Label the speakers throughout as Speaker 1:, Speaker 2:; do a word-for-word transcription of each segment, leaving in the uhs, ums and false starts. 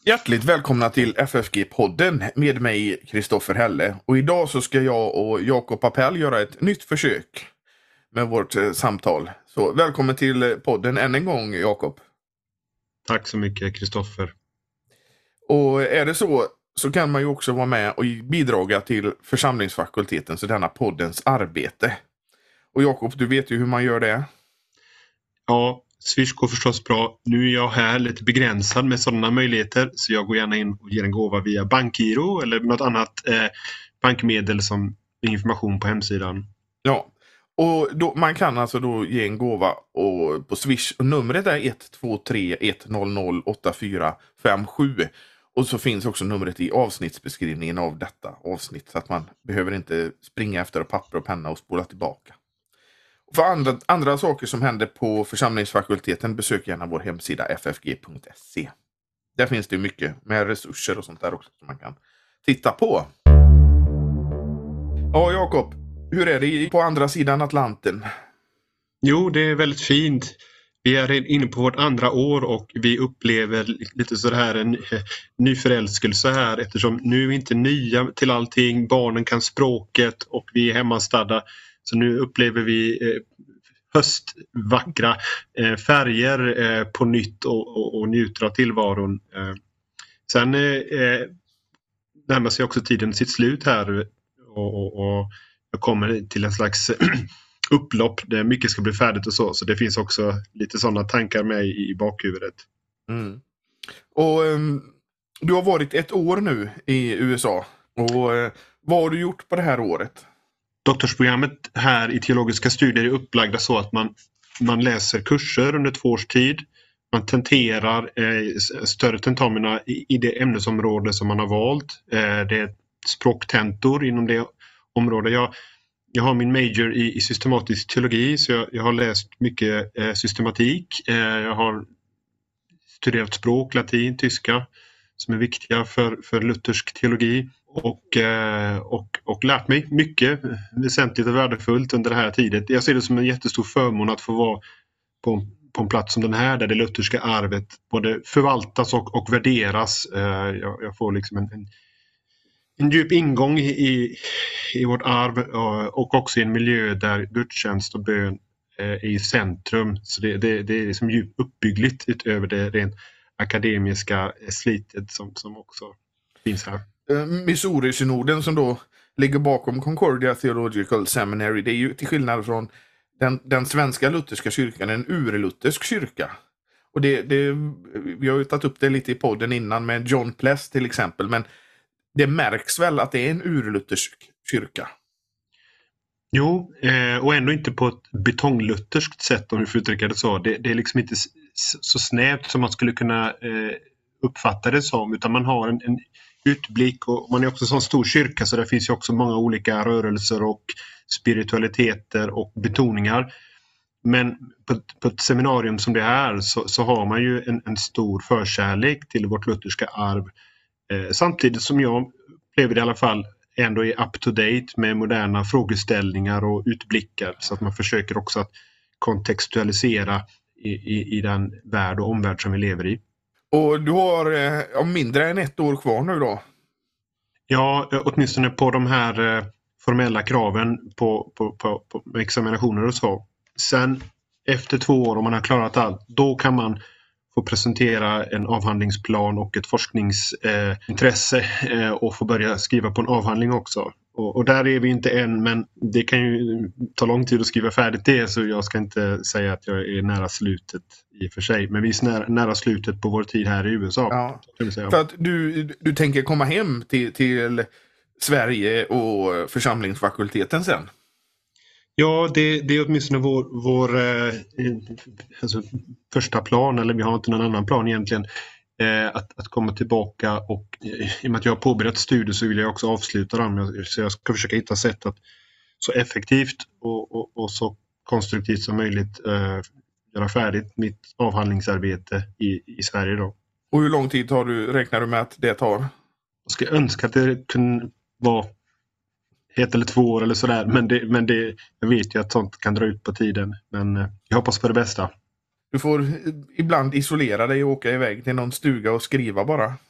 Speaker 1: Hjärtligt välkomna till F F G-podden med mig Kristoffer Helle. Och idag så ska jag och Jakob Appel göra ett nytt försök med vårt eh, samtal. Så välkommen till podden än en gång, Jakob.
Speaker 2: Tack så mycket, Kristoffer.
Speaker 1: Och är det så så kan man ju också vara med och bidra till församlingsfakulteten, så denna poddens arbete. Och Jakob, du vet ju hur man gör det.
Speaker 2: Ja, Swish går förstås bra. Nu är jag här lite begränsad med sådana möjligheter, så jag går gärna in och ger en gåva via bankgiro eller något annat eh, bankmedel som information på hemsidan.
Speaker 1: Ja, och då, man kan alltså då ge en gåva och, på Swish. Och numret är ett två tre ett noll noll åtta fyra fem sju. Och så finns också numret i avsnittsbeskrivningen av detta avsnitt, så att man behöver inte springa efter papper och penna och spola tillbaka. Och för andra, andra saker som händer på församlingsfakulteten, besök gärna vår hemsida f f g punkt s e. Där finns det mycket med resurser och sånt där också som man kan titta på. Ja, Jakob, hur är det på andra sidan Atlanten?
Speaker 2: Jo, det är väldigt fint. Vi är inne på vårt andra år och vi upplever lite så här en ny förälskelse här, eftersom nu är vi inte nya till allting. Barnen kan språket och vi är hemmastadda. Så nu upplever vi eh, höstvackra eh, färger eh, på nytt och, och, och njuter av tillvaron. Eh, sen eh, närmar sig också tiden sitt slut här och, och, och jag kommer till en slags upplopp där mycket ska bli färdigt och så. Så det finns också lite sådana tankar med i, i bakhuvudet.
Speaker 1: Mm. Och um, du har varit ett år nu i U S A. Och uh, vad har du gjort på det här året?
Speaker 2: Doktorsprogrammet här i teologiska studier är upplagda så att man, man läser kurser under två års tid. Man tenterar eh, större tentamina i, i det ämnesområde som man har valt. Eh, det är språktentor inom det området. Jag, jag har min major i, i systematisk teologi, så jag, jag har läst mycket eh, systematik. Eh, jag har studerat språk, latin, tyska, som är viktiga för, för luthersk teologi. Och, och, och lärt mig mycket väsentligt och värdefullt under det här tiden. Jag ser det som en jättestor förmån att få vara på, på en plats som den här, där det lutherska arvet både förvaltas och, och värderas. Jag, jag får liksom en, en, en djup ingång i, i vårt arv och också i en miljö där gudstjänst och bön är i centrum. Så det, det, det är liksom djupt uppbyggligt utöver det rent akademiska slitet som, som också finns här.
Speaker 1: Missouri-synoden som då ligger bakom Concordia Theological Seminary, det är ju till skillnad från den, den svenska lutherska kyrkan en urluthersk kyrka. Och det, det, vi har ju tagit upp det lite i podden innan med John Pless till exempel, men det märks väl att det är en urluthersk kyrka?
Speaker 2: Jo, eh, och ändå inte på ett betonglutherskt sätt, om du får uttrycka det så. Det, det är liksom inte så snävt som man skulle kunna eh, uppfatta det som, utan man har en, en utblick, och man är också en sån stor kyrka, så det finns ju också många olika rörelser och spiritualiteter och betoningar. Men på, på ett seminarium som det är så, så har man ju en, en stor förkärlek till vårt lutherska arv. Eh, samtidigt som jag upplever det i alla fall ändå är up to date med moderna frågeställningar och utblickar, så att man försöker också att kontextualisera i, i, i den värld och omvärld som vi lever i. Och
Speaker 1: du har eh, mindre än ett år kvar nu då?
Speaker 2: Ja, åtminstone på de här eh, formella kraven på, på, på, på examinationer och så. Sen efter två år, om man har klarat allt, då kan man få presentera en avhandlingsplan och ett forskningsintresse eh, och få börja skriva på en avhandling också. Och, och där är vi inte än, men det kan ju ta lång tid att skriva färdigt det, så jag ska inte säga att jag är nära slutet i och för sig. Men vi är nära, nära slutet på vår tid här i U S A.
Speaker 1: Ja.
Speaker 2: Kan vi säga.
Speaker 1: För att du, du tänker komma hem till, till Sverige och församlingsfakulteten sen?
Speaker 2: Ja, det, det är åtminstone vår, vår eh, alltså första plan, eller vi har inte någon annan plan egentligen, eh, att, att komma tillbaka, och eh, i och med att jag har påbörjat studier så vill jag också avsluta dem, så jag ska försöka hitta sätt att så effektivt och, och, och så konstruktivt som möjligt eh, göra färdigt mitt avhandlingsarbete i, i Sverige då.
Speaker 1: Och hur lång tid tar du, räknar du med att det tar?
Speaker 2: Jag ska önska att det kunde vara ett eller två år eller sådär, men, det, men det, jag vet ju att sånt kan dra ut på tiden, men jag hoppas på det bästa.
Speaker 1: Du får ibland isolera dig och åka iväg till någon stuga och skriva bara.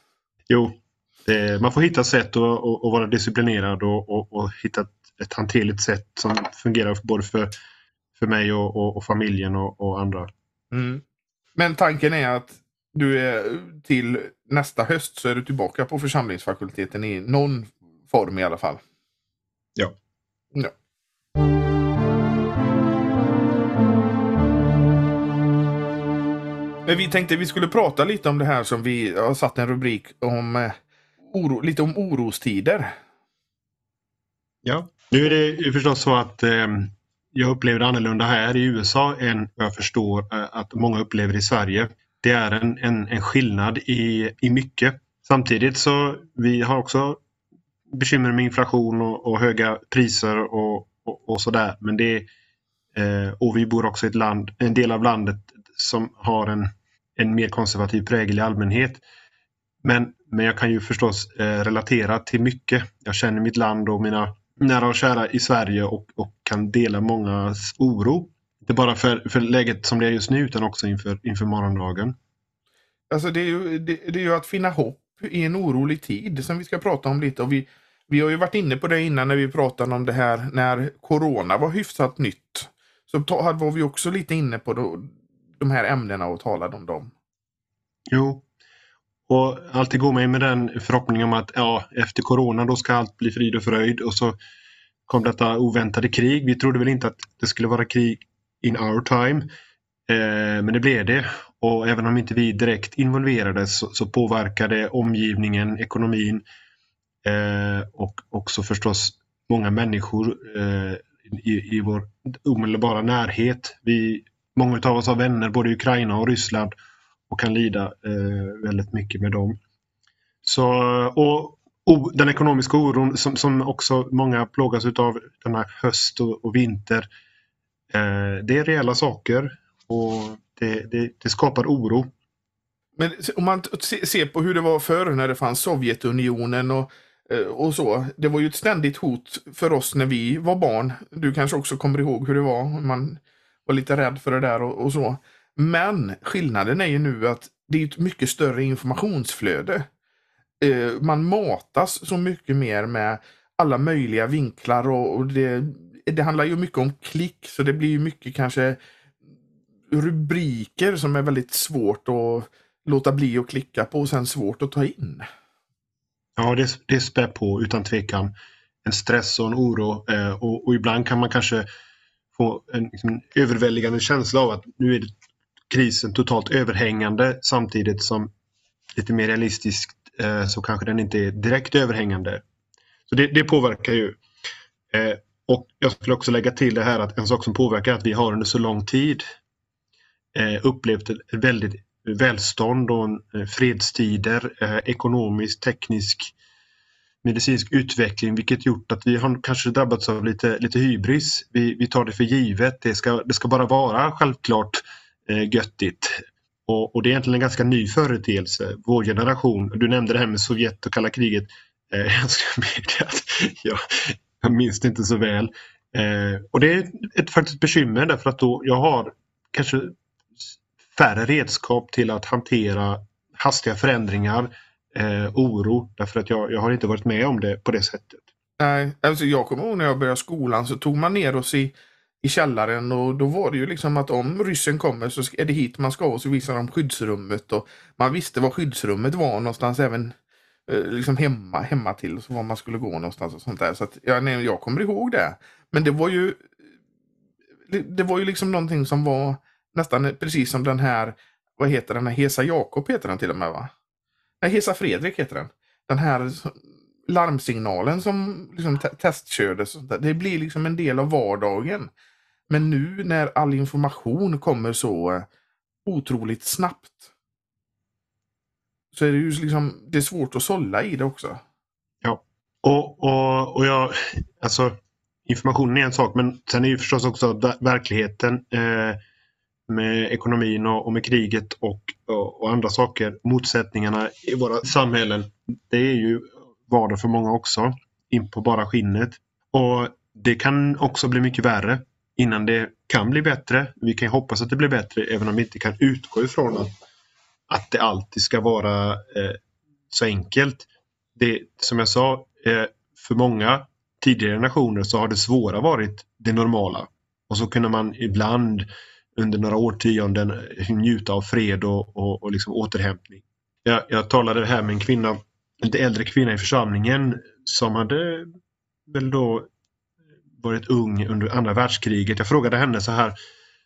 Speaker 2: Jo, det, man får hitta sätt att och, och vara disciplinerad och, och, och hitta ett, ett hanterligt sätt som fungerar både för, för mig och, och, och familjen och, och andra.
Speaker 1: Mm. Men tanken är att du är till nästa höst så är du tillbaka på församlingsfakulteten i någon form i alla fall.
Speaker 2: Ja.
Speaker 1: Ja. Men vi tänkte vi skulle prata lite om det här som vi har satt en rubrik om eh, oro, lite om orostider.
Speaker 2: Ja. Nu är det ju förstås så att eh, jag upplever det annorlunda här i U S A än jag förstår eh, att många upplever i Sverige. Det är en, en, en skillnad i, i mycket. Samtidigt så vi har också bekymmer med inflation och, och höga priser och, och, och sådär. Men det eh, och vi bor också i ett land, en del av landet som har en, en mer konservativ prägel i allmänhet. Men, men jag kan ju förstås eh, relatera till mycket. Jag känner mitt land och mina nära och kära i Sverige och, och kan dela mångas oro. Inte bara för, för läget som det är just nu utan också inför, inför morgondagen.
Speaker 1: Alltså det är, ju, det, det är ju att finna hopp i en orolig tid som vi ska prata om lite. Och vi, vi har ju varit inne på det innan när vi pratade om det här när corona var hyfsat nytt. Så ta, var vi också lite inne på då, de här ämnena och talade om dem.
Speaker 2: Jo, och alltid går mig med den förhoppningen om att ja, efter corona då ska allt bli frid och fröjd. Och så kom detta oväntade krig. Vi trodde väl inte att det skulle vara krig in our time. Eh, men det blev det. Och även om inte vi direkt involverades så, så påverkade omgivningen, ekonomin eh, och också förstås många människor eh, i, i vår omedelbara närhet. Vi, många av oss har vänner både i Ukraina och Ryssland och kan lida eh, väldigt mycket med dem. Så, och, och den ekonomiska oron som, som också många plågas av den här höst och, och vinter. Eh, det är reella saker och det, det, det skapar oro.
Speaker 1: Men om man t- ser på hur det var förr när det fanns Sovjetunionen och, och så. Det var ju ett ständigt hot för oss när vi var barn. Du kanske också kommer ihåg hur det var. Man var lite rädd för det där och, och så. Men skillnaden är ju nu att det är ett mycket större informationsflöde. Eh, man matas så mycket mer med alla möjliga vinklar och, och det, det handlar ju mycket om klick så det blir ju mycket kanske rubriker som är väldigt svårt att låta bli att klicka på och sen svårt att ta in.
Speaker 2: Ja, det, det spär på utan tvekan en stress och en oro eh, och, och ibland kan man kanske få en, liksom, en överväldigande känsla av att nu är det krisen totalt överhängande samtidigt som lite mer realistiskt eh, så kanske den inte är direkt överhängande. Så det, det påverkar ju. Eh, och jag skulle också lägga till det här att en sak som påverkar är att vi har under så lång tid eh, upplevt ett väldigt välstånd och en, fredstider, eh, ekonomisk, teknisk, medicinsk utveckling vilket gjort att vi har kanske drabbats av lite, lite hybris. Vi, vi tar det för givet. Det ska, det ska bara vara självklart eh, göttigt. Och, och det är egentligen en ganska ny företeelse. Vår generation, du nämnde det här med Sovjet och kalla kriget. Eh, jag ska medge att jag, jag minns det inte så väl. Eh, och det är ett faktiskt bekymmer därför att då jag har kanske färre redskap till att hantera hastiga förändringar, eh, oro, därför att jag, jag har inte varit med om det på det sättet.
Speaker 1: Nej, alltså jag kommer ihåg när jag började skolan så tog man ner oss i, i källaren och då var det ju liksom att om ryssen kommer så är det hit man ska och så visar de skyddsrummet och man visste vad skyddsrummet var någonstans även eh, liksom hemma, hemma till så var man skulle gå någonstans och sånt där. Så att, ja, nej, jag kommer ihåg det. Men det var ju det, det var ju liksom någonting som var nästan precis som den här, vad heter den här, Hesa Jakob heter den till och med va? Nej, Hesa Fredrik heter den. Den här larmsignalen som liksom te- testkördes. Och det blir liksom en del av vardagen. Men nu när all information kommer så uh, otroligt snabbt så är det ju liksom, det är svårt att sålla i det också.
Speaker 2: Ja, och, och, och jag, alltså informationen är en sak men sen är ju förstås också verkligheten eh, med ekonomin och, och med kriget och, och, och andra saker, motsättningarna i våra samhällen, det är ju vardag för många också, in på bara skinnet. Och det kan också bli mycket värre innan det kan bli bättre. Vi kan hoppas att det blir bättre även om vi inte kan utgå ifrån att, att det alltid ska vara eh, så enkelt. Det, som jag sa, eh, för många tidigare generationer så har det svåra varit det normala. Och så kunde man ibland under några årtionden njuta av fred och, och, och liksom återhämtning. Jag, jag talade här med en kvinna, en lite äldre kvinna i församlingen som hade väl då varit ung under andra världskriget. Jag frågade henne så här: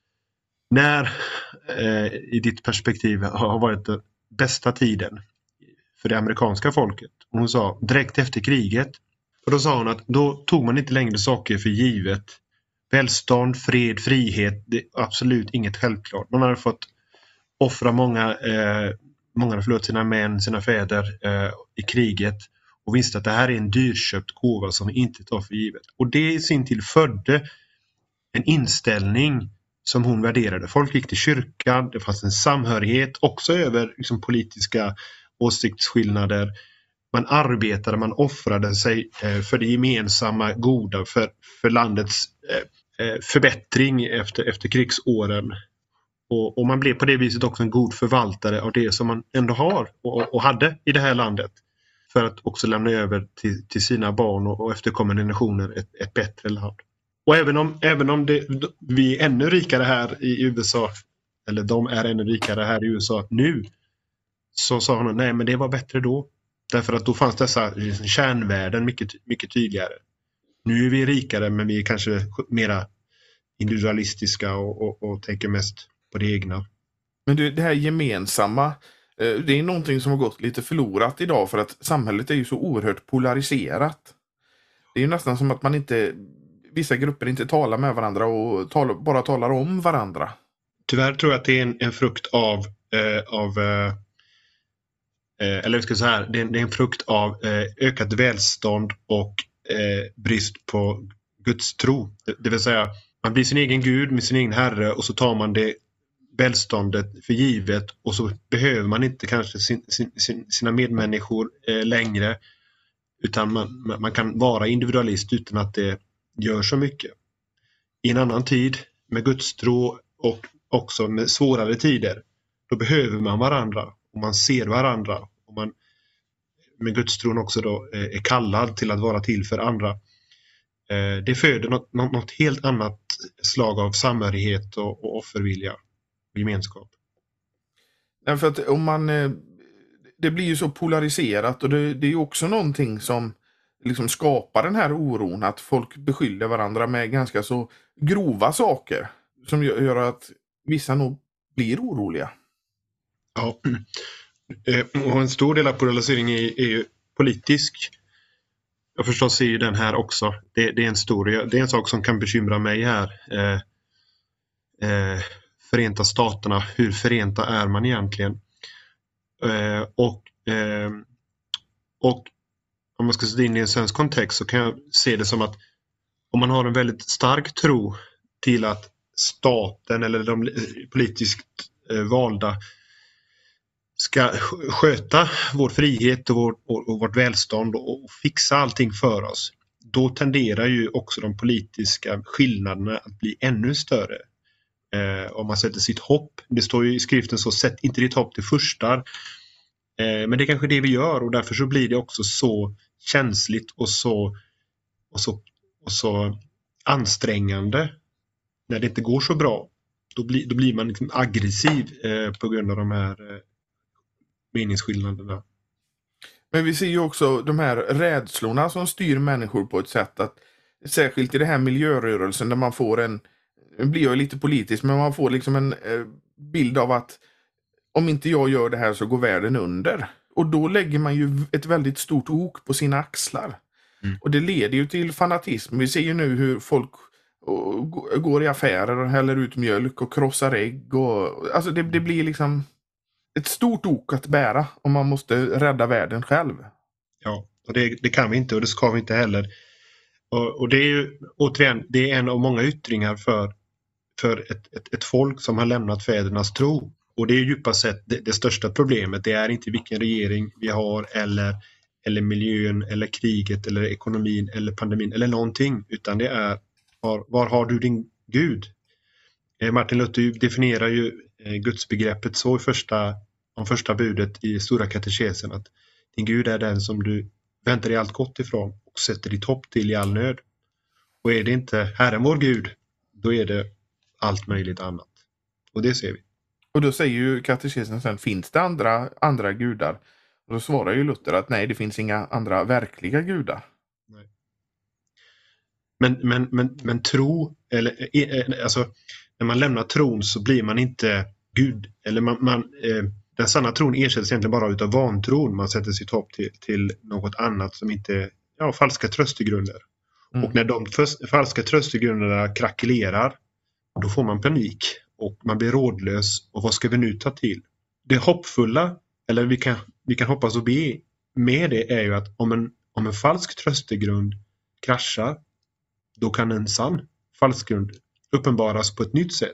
Speaker 2: när eh, i ditt perspektiv har varit den bästa tiden för det amerikanska folket? Och hon sa direkt efter kriget. Och då sa hon att då tog man inte längre saker för givet. Välstånd, fred, frihet, det är absolut inget självklart. Man hade fått offra många, eh, många hade förlorat sina män, sina fäder eh, i kriget och visste att det här är en dyrköpt gåva som vi inte tar för givet. Och det i sin till födde en inställning som hon värderade. Folk gick till kyrkan, det fanns en samhörighet också över liksom, politiska åsiktsskillnader. Man arbetade, man offrade sig eh, för det gemensamma goda, för, för landets eh, eh, förbättring efter, efter krigsåren. Och, och man blev på det viset också en god förvaltare av det som man ändå har och, och hade i det här landet. För att också lämna över till, till sina barn och, och efterkommande generationer ett, ett bättre land. Och även om, även om det, vi är ännu rikare här i U S A, eller de är ännu rikare här i U S A nu, så sa hon nej men det var bättre då. Därför att då fanns dessa kärnvärden mycket, mycket tydligare. Nu är vi rikare men vi är kanske mera individualistiska och, och, och tänker mest på det egna.
Speaker 1: Men du, det här gemensamma, det är någonting som har gått lite förlorat idag för att samhället är ju så oerhört polariserat. Det är ju nästan som att man inte, vissa grupper inte talar med varandra och talar, bara talar om varandra.
Speaker 2: Tyvärr tror jag att det är en, en frukt av, eh, av eh, eller jag ska säga här, det är, en, det är en frukt av eh, ökat välstånd och eh, brist på Guds tro. Det, det vill säga, man blir sin egen Gud med sin egen herre och så tar man det välståndet för givet och så behöver man inte kanske sin, sin, sin, sina medmänniskor eh, längre, utan man, man kan vara individualist utan att det gör så mycket. I en annan tid med Guds tro och också med svårare tider, då behöver man varandra och man ser varandra och man med Guds tron också då eh, är kallad till att vara till för andra. Eh, det föder något, något helt annat slag av samhörighet och, och offervilja och gemenskap.
Speaker 1: Ja, för att om man, det blir ju så polariserat och det, det är ju också någonting som liksom skapar den här oron, att folk beskyller varandra med ganska så grova saker som gör att vissa nog blir oroliga.
Speaker 2: Ja, och en stor del av polariseringen är, är ju politisk. Jag förstås ser ju den här också. Det, det är en stor, det är en sak som kan bekymra mig här. Eh, eh, Förenta staterna, hur förenta är man egentligen? Eh, och, eh, och om man ska se in i en svensk kontext så kan jag se det som att om man har en väldigt stark tro till att staten eller de politiskt eh, valda ska sköta vår frihet och, vår, och, och vårt välstånd och, och fixa allting för oss, då tenderar ju också de politiska skillnaderna att bli ännu större. Eh, om man sätter sitt hopp, det står ju i skriften så, sätt inte ditt hopp till förstar. Eh, men det är kanske det vi gör och därför så blir det också så känsligt och så, och så, och så ansträngande när det inte går så bra. Då blir, då blir man liksom aggressiv eh, på grund av de här eh, meningsskillnaderna.
Speaker 1: Men vi ser ju också de här rädslorna som styr människor på ett sätt att, särskilt i det här miljörörelsen där man får en, nu blir jag lite politisk, men man får liksom en eh, bild av att om inte jag gör det här så går världen under. Och då lägger man ju ett väldigt stort ok på sina axlar. Mm. Och det leder ju till fanatism. Vi ser ju nu hur folk och, går i affärer och häller ut mjölk och krossar ägg. Och, alltså det, det blir liksom ett stort ok att bära om man måste rädda världen själv.
Speaker 2: Ja, och det, det kan vi inte och det ska vi inte heller. Och, och det är ju återigen, det är en av många yttringar för, för ett, ett, ett folk som har lämnat fädernas tro. Och det är djupast sett det, det största problemet. Det är inte vilken regering vi har eller, eller miljön eller kriget eller ekonomin eller pandemin eller någonting. Utan det är var, var har du din Gud? Eh, Martin Luther definierar ju eh, gudsbegreppet så i första, om första budet i stora katekesen att Din Gud är den som du väntar dig allt gott ifrån och sätter ditt hopp till i all nöd. Och är det inte Herren vår Gud, då är det allt möjligt annat. Och det ser vi.
Speaker 1: Och då säger ju katekesen sen, finns det andra, andra gudar? Och då svarar ju Luther att nej, det finns inga andra verkliga gudar.
Speaker 2: Nej. Men, men, men, men tro, eller alltså när man lämnar tron så blir man inte Gud. Eller man, man, eh, den sanna tron ersätts egentligen bara utav vantron. Man sätter sitt hopp till, till något annat som inte, ja, falska tröstegrunder. Mm. Och när de för, falska tröstegrunderna krackelerar, då får man panik och man blir rådlös. Och vad ska vi nu ta till? Det hoppfulla, eller vi kan, vi kan hoppas och be med det, är ju att om en, om en falsk tröstegrund kraschar, då kan en sann falskgrund uppenbaras på ett nytt sätt.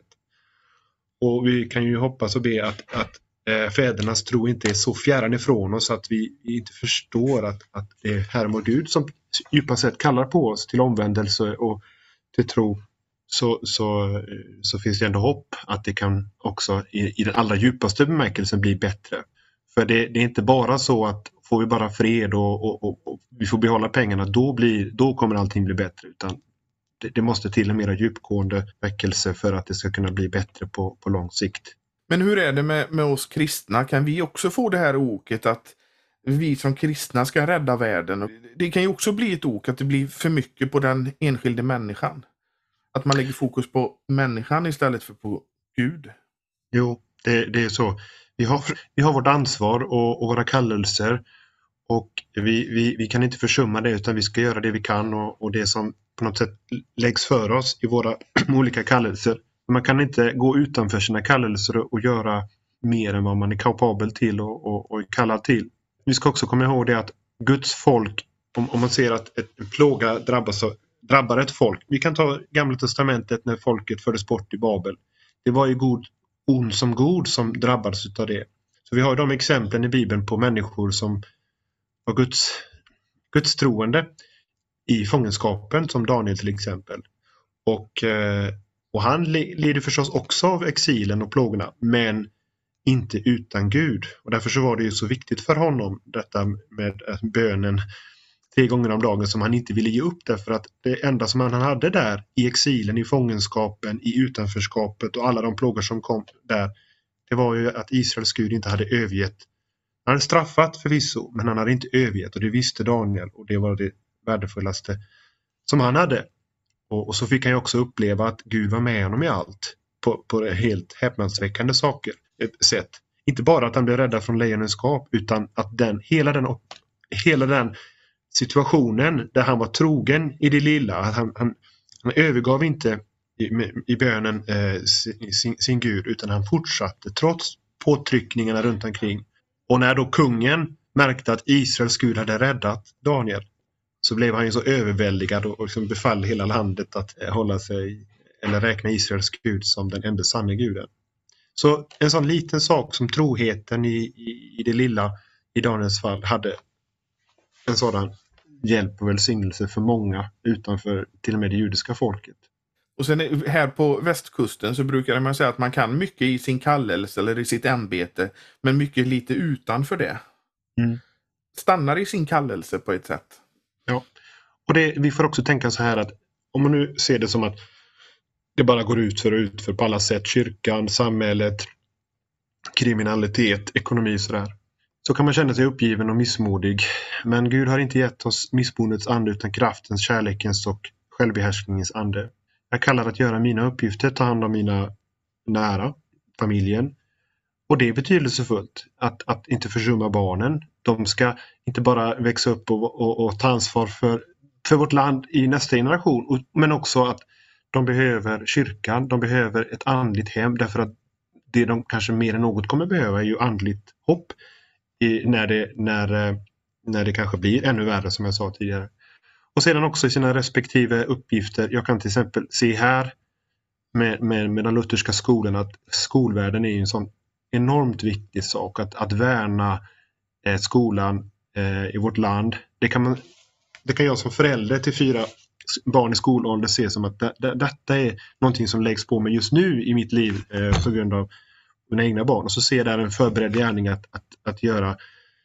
Speaker 2: Och vi kan ju hoppas och be att, att äh, fädernas tro inte är så fjärran ifrån oss att vi inte förstår att, att det är Herren vår Gud som djupast sett kallar på oss till omvändelse och till tro. Så, så, så finns det ändå hopp att det kan också i, i den allra djupaste bemärkelsen bli bättre. För det, det är inte bara så att får vi bara fred och, och, och, och vi får behålla pengarna, då, blir, då kommer allting bli bättre. Utan det, det måste till en mer djupgående väckelse för att det ska kunna bli bättre på, på lång sikt.
Speaker 1: Men hur är det med, med oss kristna? Kan vi också få det här oket att vi som kristna ska rädda världen? Det kan ju också bli ett ok att det blir för mycket på den enskilde människan. Att man lägger fokus på människan istället för på Gud.
Speaker 2: Jo, det, det är så. Vi har, vi har vårt ansvar och, och våra kallelser. Och vi, vi, vi kan inte försumma det, utan vi ska göra det vi kan. Och, och det som på något sätt läggs för oss i våra olika kallelser. Man kan inte gå utanför sina kallelser och göra mer än vad man är kapabel till och, och, och är kallad till. Vi ska också komma ihåg det att Guds folk, om, om man ser att ett, en plåga drabbas av, drabbar ett folk. Vi kan ta Gamla testamentet när folket fördes bort i Babel. Det var ju god, ond som god som drabbades av det. Så vi har de exemplen i Bibeln på människor som var Guds, Guds troende i fångenskapen, som Daniel till exempel. Och, och han lider förstås också av exilen och plågorna, men inte utan Gud. Och därför så var det ju så viktigt för honom detta med bönen tre gånger om dagen som han inte ville ge upp, därför att det enda som han hade där i exilen, i fångenskapen, i utanförskapet och alla de plågor som kom där, det var ju att Israels Gud inte hade övergett. Han hade straffat förvisso, men han hade inte övergett, och det visste Daniel, och det var det värdefullaste som han hade. Och, och så fick han ju också uppleva att Gud var med honom i allt på, på helt häpnadsväckande saker, ett sätt. Inte bara att han blev räddad från lejonskap, utan att den, hela den, hela den situationen där han var trogen i det lilla, att han, han, han övergav inte i, i bönen eh, sin, sin Gud, utan han fortsatte trots påtryckningarna runt omkring. Och när då kungen märkte att Israels Gud hade räddat Daniel, så blev han ju så överväldigad och, och liksom befallde hela landet att eh, hålla sig eller räkna Israels Gud som den enda sanna guden. Så en sån liten sak som troheten i, i, i det lilla i Daniels fall hade en sådan hjälp och välsignelse för många utanför till och med det judiska folket.
Speaker 1: Och sen här på västkusten så brukar man säga att man kan mycket i sin kallelse eller i sitt ämbete, men mycket lite utanför det.
Speaker 2: Mm.
Speaker 1: Stannar i sin kallelse på ett sätt.
Speaker 2: Ja, och det, vi får också tänka så här att om man nu ser det som att det bara går ut för och ut för på alla sätt, kyrkan, samhället, kriminalitet, ekonomi sådär, så kan man känna sig uppgiven och missmodig. Men Gud har inte gett oss missmodets ande utan kraftens, kärlekens och självbehärskningens ande. Jag kallar att göra mina uppgifter, ta hand om mina nära, familjen. Och det är betydelsefullt att, att inte försumma barnen. De ska inte bara växa upp och, och, och ta ansvar för, för vårt land i nästa generation. Men också att de behöver kyrkan, de behöver ett andligt hem. Därför att det de kanske mer än något kommer behöva är ju andligt hopp. I, när, det, när, när det kanske blir ännu värre, som jag sa tidigare. Och sedan också i sina respektive uppgifter. Jag kan till exempel se här med, med, med den lutherska skolan att skolvärlden är en sån enormt viktig sak. Att, att värna eh, skolan eh, i vårt land. Det kan, man, det kan jag som förälder till fyra barn i skolålder se som att det, det, detta är någonting som läggs på mig just nu i mitt liv eh, på grund av mina egna barn. Och så ser jag där en förberedd gärning att, att, att göra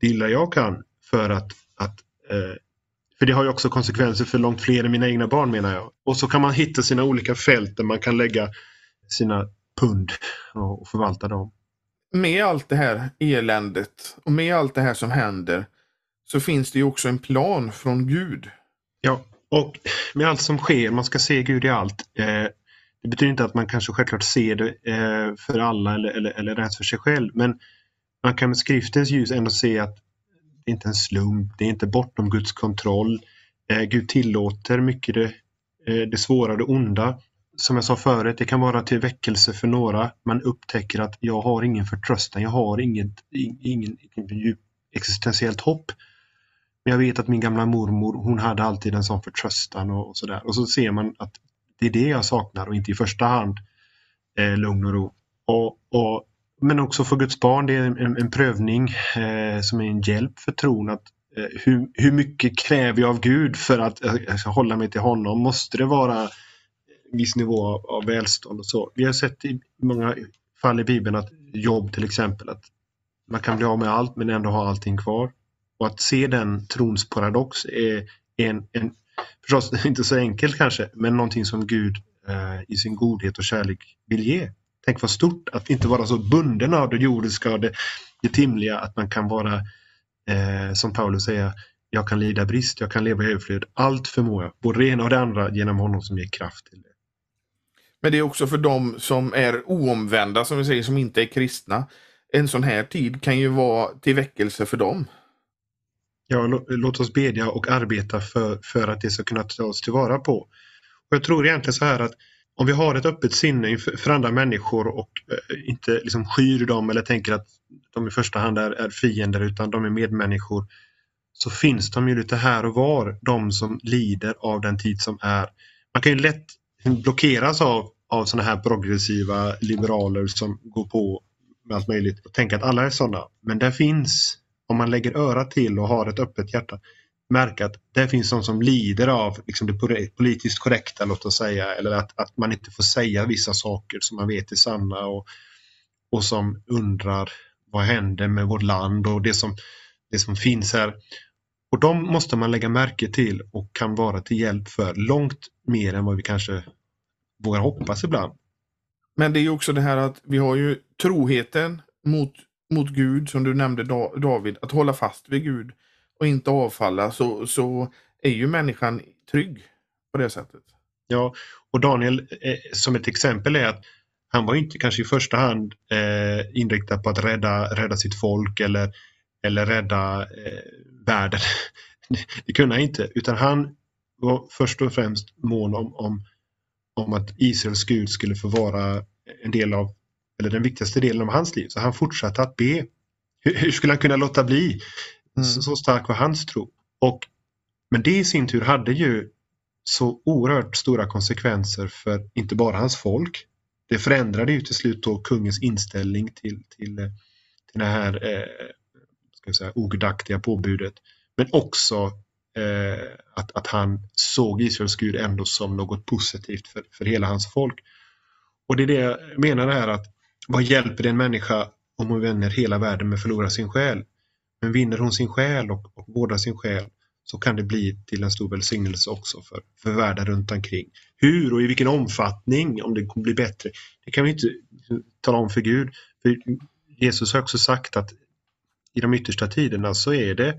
Speaker 2: det illa jag kan för att, att eh, för det har ju också konsekvenser för långt fler än mina egna barn, menar jag. Och så kan man hitta sina olika fält där man kan lägga sina pund och förvalta dem.
Speaker 1: Med allt det här eländet och med allt det här som händer så finns det ju också en plan från Gud.
Speaker 2: Ja, och med allt som sker, man ska se Gud i allt. Eh, det betyder inte att man kanske självklart ser det eh, för alla eller, eller, eller rätt för sig själv. Men man kan med skriftens ljus ändå se att det inte är en slump, det är inte bortom Guds kontroll. Eh, Gud tillåter mycket det, eh, det svåra, det onda. Som jag sa förut, det kan vara till väckelse för några. Man upptäcker att jag har ingen förtröstan, jag har inget, ingen, ingen djup existentiellt hopp. Men jag vet att min gamla mormor, hon hade alltid en sån förtröstan och, och sådär. Och så ser man att det är det jag saknar och inte i första hand eh, lugn och ro. Och, och, men också för Guds barn, det är en, en prövning eh, som är en hjälp för tron. Att, eh, hur, hur mycket kräver jag av Gud för att eh, jag ska hålla mig till honom? Måste det vara en viss nivå av, av välstånd och så? Vi har sett i många fall i Bibeln att Jobb till exempel, att man kan bli av med allt men ändå ha allting kvar. Och att se den trons paradox är en, en förstås inte så enkelt kanske, men någonting som Gud eh, i sin godhet och kärlek vill ge. Tänk vad stort att inte vara så bunden av det jordiska och det, det timliga, att man kan vara, eh, som Paulus säger, jag kan lida brist, jag kan leva i överflöd, allt förmår jag, både det ena och det andra genom honom som ger kraft till det.
Speaker 1: Men det är också för dem som är oomvända, som vi säger, som inte är kristna. En sån här tid kan ju vara till väckelse för dem.
Speaker 2: Ja, låt oss bedja och arbeta för, för att det ska kunna tas tillvara på. Och jag tror egentligen så här att om vi har ett öppet sinne för, för andra människor och eh, inte liksom skyr dem eller tänker att de i första hand är, är fiender utan de är medmänniskor, så finns de ju lite här och var, de som lider av den tid som är. Man kan ju lätt blockeras av, av såna här progressiva liberaler som går på med allt möjligt och tänker att alla är sådana. Men där finns, om man lägger öra till och har ett öppet hjärta, märka att det finns de som lider av liksom det politiskt korrekta, låt oss säga, eller att, att man inte får säga vissa saker som man vet är sanna och, och som undrar vad händer med vårt land och det som, det som finns här. Och de måste man lägga märke till och kan vara till hjälp för långt mer än vad vi kanske vågar hoppas ibland.
Speaker 1: Men det är ju också det här att vi har ju troheten mot, mot Gud, som du nämnde David, att hålla fast vid Gud och inte avfalla, så, så är ju människan trygg på det sättet.
Speaker 2: Ja, och Daniel eh, som ett exempel är att han var inte kanske i första hand eh, inriktad på att rädda, rädda sitt folk eller, eller rädda eh, världen. Det kunde han inte, utan han var först och främst mån om, om, om att Israels Gud skulle få vara en del av, eller den viktigaste delen av hans liv. Så han fortsatte att be. Hur, hur skulle han kunna låta bli? Mm. Så, så stark var hans tro. Och, men det i sin tur hade ju så oerhört stora konsekvenser för inte bara hans folk. Det förändrade ju till slut då kungens inställning till, till, till det här eh, ska jag säga, ogudaktiga påbudet. Men också eh, att, att han såg Israels Gud ändå som något positivt för, för hela hans folk. Och det är det jag menar här, att vad hjälper det en människa om hon vinner hela världen med förlorar sin själ? Men vinner hon sin själ och, och vårdar sin själ, så kan det bli till en stor välsignelse också för, för världen runt omkring. Hur och i vilken omfattning, om det kommer bli bättre, det kan vi inte tala om för Gud. För Jesus har också sagt att i de yttersta tiderna så är det,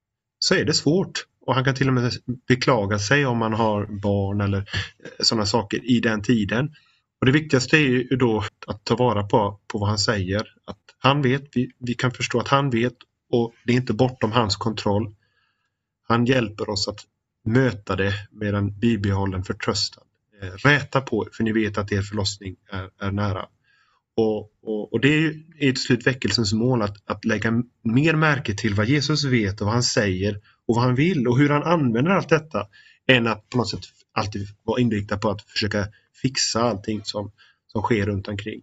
Speaker 2: så är det svårt. Och han kan till och med beklaga sig om man har barn eller sådana saker i den tiden. Och det viktigaste är ju då att ta vara på, på vad han säger. Att han vet, vi, vi kan förstå att han vet, och det är inte bortom hans kontroll. Han hjälper oss att möta det med en bibehållen förtröstan. Räta på er, för ni vet att er förlossning är, är nära. Och, och, och det är ju är till slut väckelsens mål, att, att lägga mer märke till vad Jesus vet och vad han säger och vad han vill och hur han använder allt detta, än att på något sätt alltid vara inriktad på att försöka fixa allting som, som sker runt omkring.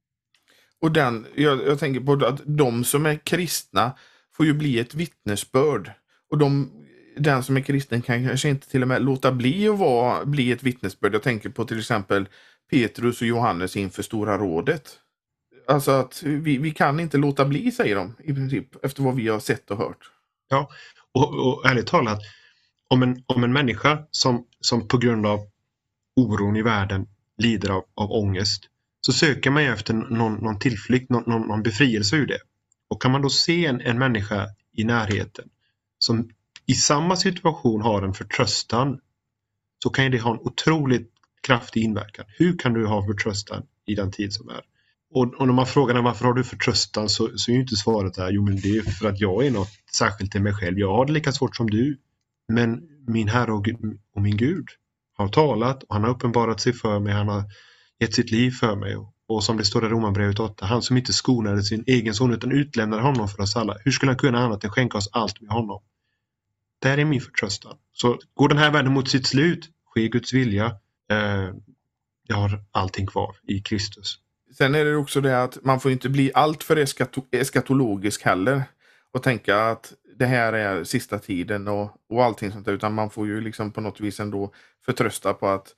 Speaker 1: Och den, jag, jag tänker på att de som är kristna får ju bli ett vittnesbörd. Och de, den som är kristen kan kanske inte till och med låta bli att vara, bli ett vittnesbörd. Jag tänker på till exempel Petrus och Johannes inför Stora rådet. Alltså att vi, vi kan inte låta bli, säger de i princip, efter vad vi har sett och hört.
Speaker 2: Ja, och, och ärligt talat, om en, om en människa som, som på grund av oron i världen lider av, av ångest, så söker man ju efter någon, någon tillflykt, någon, någon, någon befrielse ur det. Och kan man då se en, en människa i närheten som i samma situation har en förtröstan, så kan ju det ha en otroligt kraftig inverkan. Hur kan du ha förtröstan i den tid som är? Och, och när man frågar den, varför har du förtröstan, så, så är ju inte svaret här, jo men det är för att jag är något särskilt till mig själv. Jag har det lika svårt som du. Men min Herre och, och min Gud har talat och han har uppenbarat sig för mig. Han har gett sitt liv för mig. Och, och som det står i Romarbrevet åtta, han som inte skonade sin egen son utan utlämnade honom för oss alla. Hur skulle han kunna annat än skänka oss allt med honom? Det här är min förtröstan. Så går den här världen mot sitt slut, sker Guds vilja. Eh, jag har allting kvar i Kristus.
Speaker 1: Sen är det också det att man får inte bli allt för eskato- eskatologisk heller. Och tänka att det här är sista tiden och, och allting sånt där. Utan man får ju liksom på något vis ändå förtrösta på att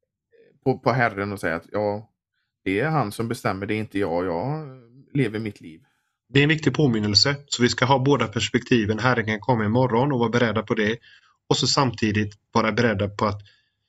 Speaker 1: på, på Herren och säga att ja, det är han som bestämmer, det är inte jag. Jag lever mitt liv.
Speaker 2: Det är en viktig påminnelse. Så vi ska ha båda perspektiven. Herren kan komma imorgon och vara beredda på det. Och så samtidigt vara beredda på att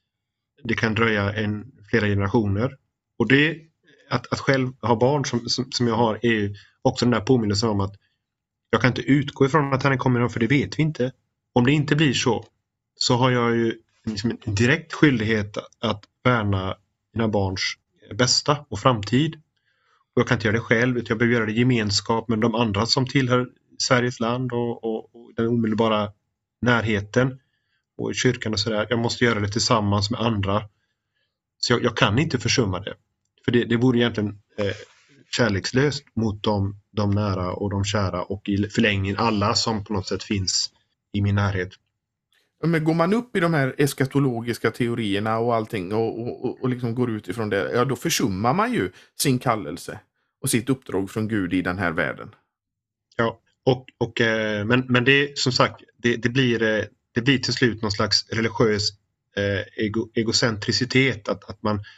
Speaker 2: det kan dröja en, flera generationer. Och det att, att själv ha barn som, som, som jag har är ju också den där påminnelsen om att jag kan inte utgå ifrån att han kommer imorgon, för det vet vi inte. Om det inte blir så, så har jag ju liksom en direkt skyldighet att värna mina barns bästa och framtid. Och jag kan inte göra det själv, utan jag behöver göra det i gemenskap med de andra som tillhör Sveriges land och, och, och den omedelbara närheten och i kyrkan och sådär. Jag måste göra det tillsammans med andra. Så jag, jag kan inte försumma det. För det, det vore egentligen eh, kärlekslöst mot de, de nära och de kära och i förlängningen alla som på något sätt finns i min närhet.
Speaker 1: Men går man upp i de här eskatologiska teorierna och allting och, och, och liksom går ut ifrån det, ja då försummar man ju sin kallelse och sitt uppdrag från Gud i den här världen.
Speaker 2: Ja, och, och, eh, men, men det som sagt, det, det, blir, eh, det blir till slut någon slags religiös eh, ego, egocentricitet. Att, att man,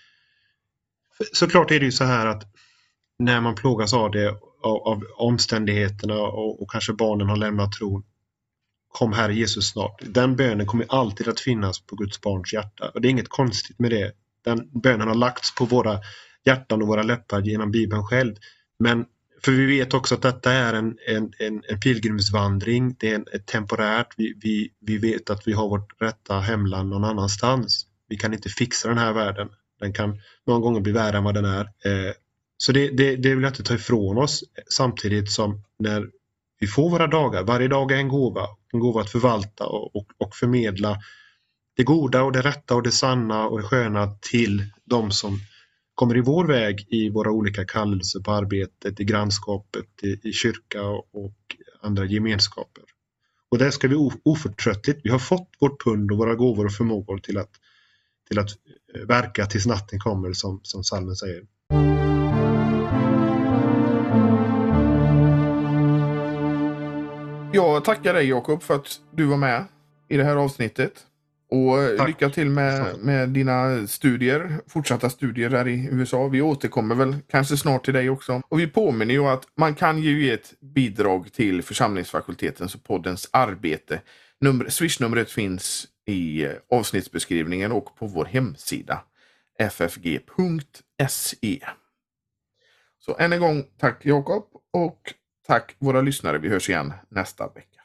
Speaker 2: såklart är det ju så här att när man plågas av det, av, av omständigheterna och, och kanske barnen har lämnat tron, kom Herre Jesus snart. Den bönen kommer alltid att finnas på Guds barns hjärta. Och det är inget konstigt med det. Den bönen har lagts på våra hjärtan och våra läppar genom Bibeln själv. Men för vi vet också att detta är en, en, en, en pilgrimsvandring. Det är en, ett temporärt. Vi, vi, vi vet att vi har vårt rätta hemland någon annanstans. Vi kan inte fixa den här världen. Den kan någon gånger bli värre än vad den är. Eh, så det, det, det vill jag inte ta ifrån oss. Samtidigt som när vi får våra dagar, varje dag är en gåva. En gåva att förvalta och, och, och förmedla det goda och det rätta och det sanna och det sköna till de som kommer i vår väg i våra olika kallelser på arbetet, i grannskapet, i, i kyrka och, och andra gemenskaper. Och där ska vi oförtröttligt, vi har fått vårt pund och våra gåvor och förmågor till att, till att verka tills natten kommer, som, som Psalmen säger.
Speaker 1: Jag tackar dig Jakob för att du var med i det här avsnittet. Och
Speaker 2: Tack.
Speaker 1: Lycka till med, med dina studier, fortsatta studier här i U S A. Vi återkommer väl kanske snart till dig också. Och vi påminner ju att man kan ju ge ett bidrag till församlingsfakultetens och poddens arbete. Nummer, Swish-numret finns i avsnittsbeskrivningen och på vår hemsida f f g punkt s e. Så än en gång tack Jakob och tack våra lyssnare. Vi hörs igen nästa vecka.